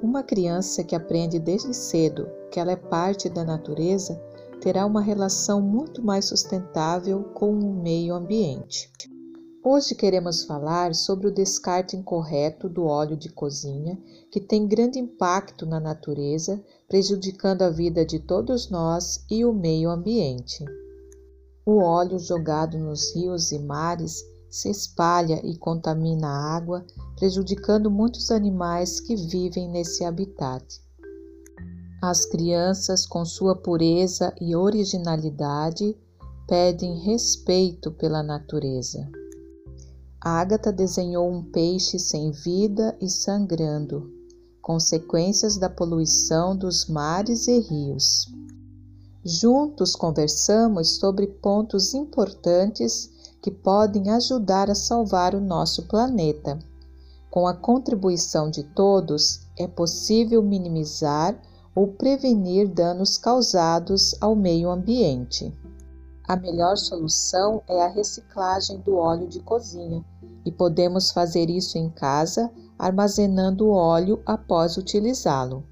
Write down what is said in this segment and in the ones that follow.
Uma criança que aprende desde cedo que ela é parte da natureza terá uma relação muito mais sustentável com o meio ambiente. Hoje queremos falar sobre o descarte incorreto do óleo de cozinha, que tem grande impacto na natureza, prejudicando a vida de todos nós e o meio ambiente. O óleo jogado nos rios e mares se espalha e contamina a água, prejudicando muitos animais que vivem nesse habitat. As crianças, com sua pureza e originalidade, pedem respeito pela natureza. Ágata desenhou um peixe sem vida e sangrando, consequências da poluição dos mares e rios. Juntos conversamos sobre pontos importantes que podem ajudar a salvar o nosso planeta. Com a contribuição de todos, é possível minimizar ou prevenir danos causados ao meio ambiente. A melhor solução é a reciclagem do óleo de cozinha, e podemos fazer isso em casa, armazenando o óleo após utilizá-lo.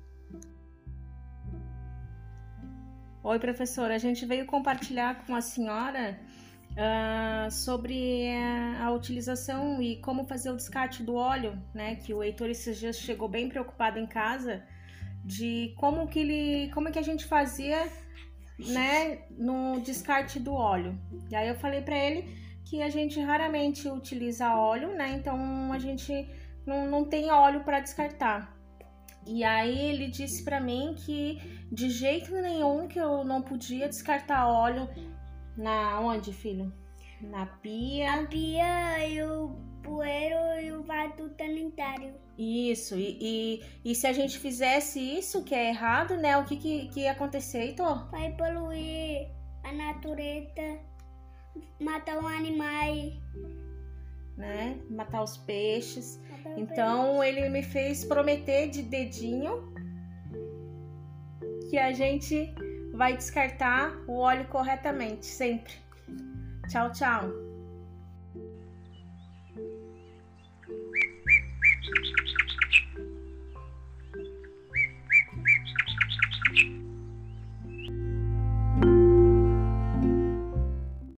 Oi, professora, a gente veio compartilhar com a senhora sobre a utilização e como fazer o descarte do óleo, né? Que o Heitor esses dias chegou bem preocupado em casa, de como que a gente fazia, né, no descarte do óleo. E aí eu falei para ele que a gente raramente utiliza óleo, né? Então a gente não tem óleo para descartar. E aí ele disse para mim que de jeito nenhum que eu não podia descartar óleo onde, filho? Na pia. A pia e o bueiro e o vaso sanitário. Isso, e se a gente fizesse isso, que é errado, né? O que ia acontecer, Heitor? Vai poluir a natureza, matar os animais, né? Matar os peixes. Então ele me fez prometer de dedinho que a gente vai descartar o óleo corretamente, sempre. Tchau, tchau.